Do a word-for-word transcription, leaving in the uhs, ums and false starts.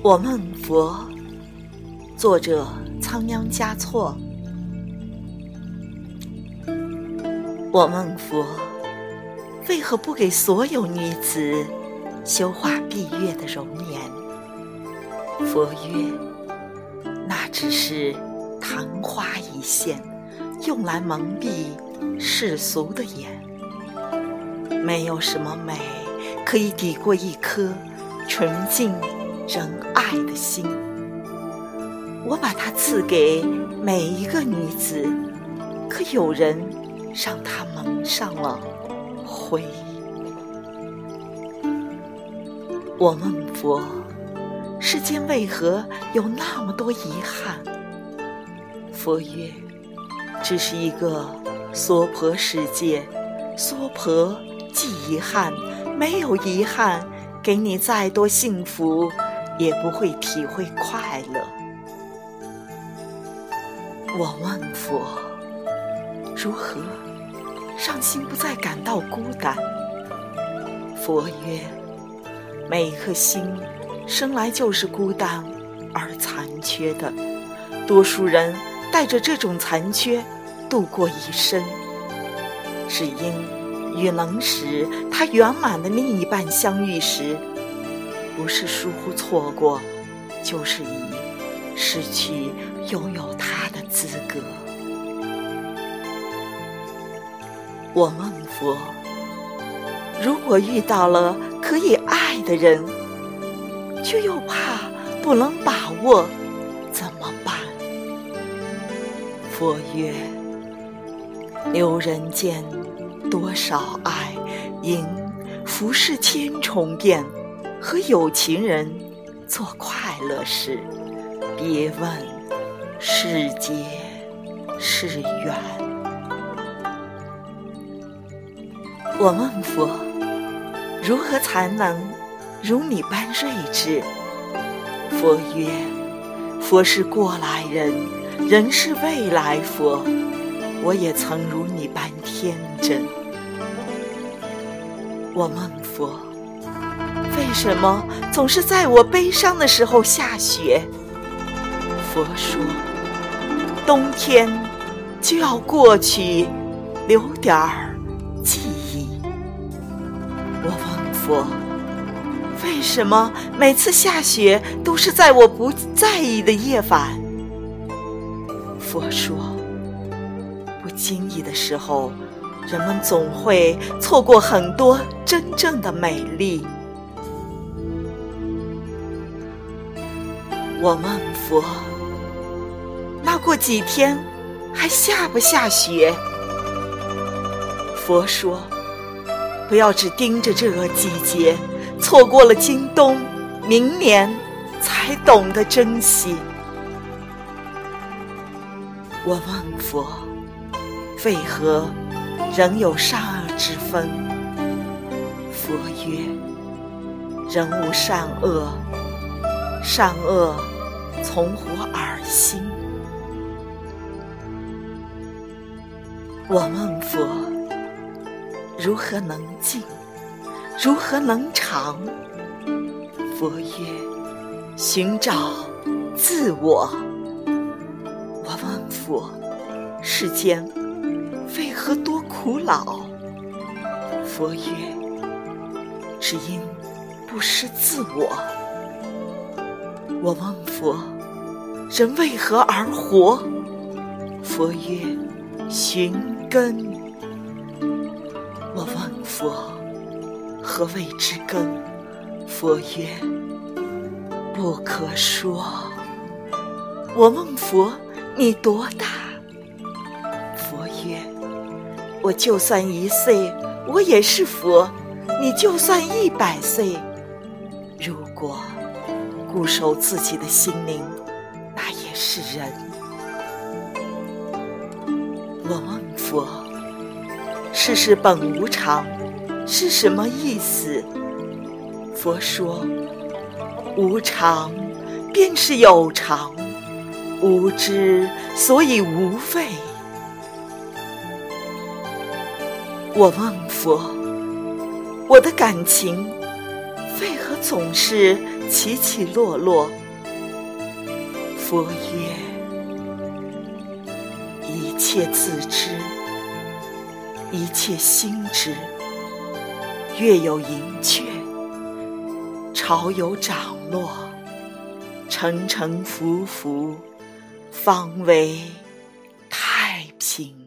我问佛，作者仓央嘉措。我问佛，为何不给所有女子修画闭月的容颜？佛曰，那只是昙花一现，用来蒙蔽世俗的眼。没有什么美可以抵过一颗纯净仁爱的心。我把它赐给每一个女子，可有人让它蒙上了灰。我问佛，世间为何有那么多遗憾？佛曰，这是一个娑婆世界，娑婆既遗憾，没有遗憾，给你再多幸福也不会体会快乐。我问佛，如何让心不再感到孤单？佛曰，每一颗心生来就是孤单而残缺的，多数人带着这种残缺度过一生，只因与能使他圆满的另一半相遇时，不是疏忽错过，就是已失去拥有他的资格。我问佛，如果遇到了可以爱的人，却又怕不能把握，怎么办？佛曰，留人间多少爱，因浮世千重变，和有情人做快乐事，别问是劫是缘。我问佛，如何才能如你般睿智？佛曰，佛是过来人，人是未来佛，我也曾如你般天真。我问佛，为什么总是在我悲伤的时候下雪？佛说，冬天就要过去，留点儿记忆。我问佛，为什么每次下雪都是在我不在意的夜晚？佛说，不经意的时候，人们总会错过很多真正的美丽。我问佛，那过几天还下不下雪？佛说，不要只盯着这个季节，错过了今冬，明年才懂得珍惜。我问佛，为何人有善恶之分？佛曰，人无善恶，善恶从何而兴？我问佛，如何能静，如何能长？佛曰，寻找自我。我问佛，世间为何多苦恼？佛曰，只因不识自我。我问佛，人为何而活？佛曰，寻根。我问佛，何谓之根？佛曰，不可说。我问佛，你多大？佛曰，我就算一岁，我也是佛；你就算一百岁，如果固守自己的心灵，那也是人。我问佛，世事本无常是什么意思？佛说，无常便是有常，无知所以无畏。我问佛，我的感情为何总是起起落落。佛曰：一切自知，一切心知。月有盈缺，潮有涨落，沉沉浮浮，方为太平。